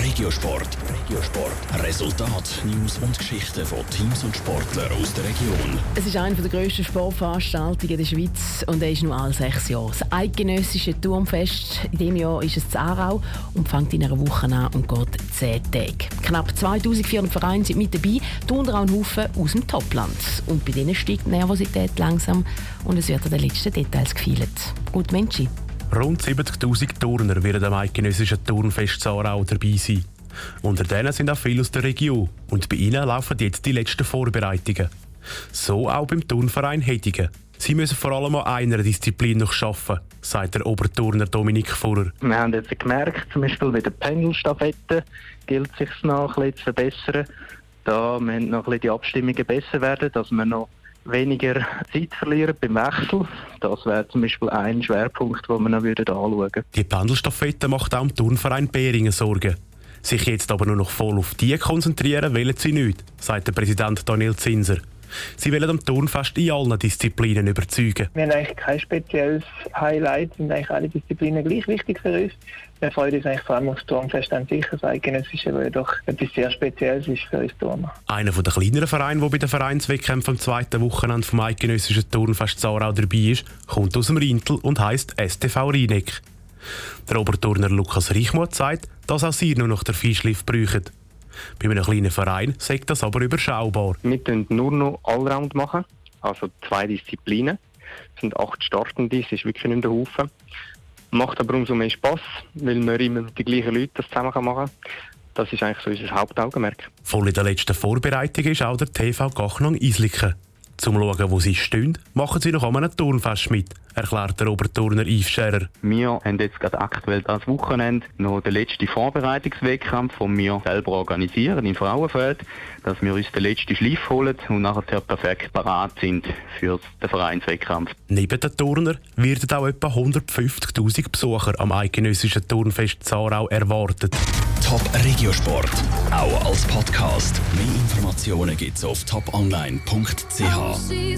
Regiosport. Resultat, News und Geschichten von Teams und Sportlern aus der Region. Es ist eine der grössten Sportveranstaltungen der Schweiz und er ist nur alle 6 Jahre. Das eidgenössische Turmfest. In diesem Jahr ist es in Aarau und fängt in einer Woche an und geht 10 Tage. Knapp 2400 Vereine sind mit dabei, darunter auch ein Haufen aus dem Topland. Und bei denen steigt die Nervosität langsam und es wird an den letzten Details gefeilt. Gut, Mensch. Rund 70'000 Turner werden am eidgenössischen Turnfest Aarau dabei sein. Unter denen sind auch viele aus der Region und bei ihnen laufen jetzt die letzten Vorbereitungen. So auch beim Turnverein Hettigen. Sie müssen vor allem an einer Disziplin noch arbeiten, sagt der Oberturner Dominik Furrer. Wir haben jetzt gemerkt, zum Beispiel bei der Pendelstaffette gilt es sich noch ein bisschen zu verbessern. Da müssen noch ein bisschen die Abstimmungen besser werden, dass wir noch weniger Zeit verlieren beim Wechsel. Das wäre zum Beispiel ein Schwerpunkt, den wir noch anschauen würden. Die Pendelstaffette macht auch im Turnverein Behringen Sorgen. Sich jetzt aber nur noch voll auf die konzentrieren wollen sie nicht, sagt der Präsident Daniel Zinser. Sie wollen am Turnfest in allen Disziplinen überzeugen. Wir haben eigentlich kein spezielles Highlight, sind eigentlich alle Disziplinen gleich wichtig für uns. Wir freuen uns eigentlich vor allem auf das Turnfest an sich, das eidgenössische, weil doch etwas sehr Spezielles ist für uns Turner. Einer der kleineren Vereine, der bei den Vereinswettkämpfen am zweiten Wochenende vom eidgenössischen Turnfest Aarau dabei ist, kommt aus dem Rintel und heisst STV Rheineck. Der Oberturner Lukas Reichmuth sagt, dass auch sie nur noch den Feinschliff brauchen. Bei einem kleinen Verein sagt das aber überschaubar. Wir können nur noch Allround machen, also 2 Disziplinen. Es sind 8 Startende, es ist wirklich nicht der Haufen. Macht aber umso mehr Spass, weil wir immer mit den gleichen Leuten das zusammen machen kann. Das ist eigentlich so unser Hauptaugenmerk. Voll in der letzten Vorbereitung ist auch der TV Gachnang Isliken. Zum schauen, wo sie stehen, machen sie noch an einem Turnfest mit, erklärt der Oberturner Yves Scherer. Wir haben jetzt gerade aktuell das Wochenende noch den letzten Vorbereitungswettkampf, den wir selber organisieren im Frauenfeld, dass wir uns den letzten Schliff holen und nachher perfekt parat sind für den Vereinswettkampf. Neben den Turner werden auch etwa 150'000 Besucher am eidgenössischen Turnfest Aarau erwartet. Top Regiosport, auch als Podcast. Mehr Informationen gibt's auf toponline.ch.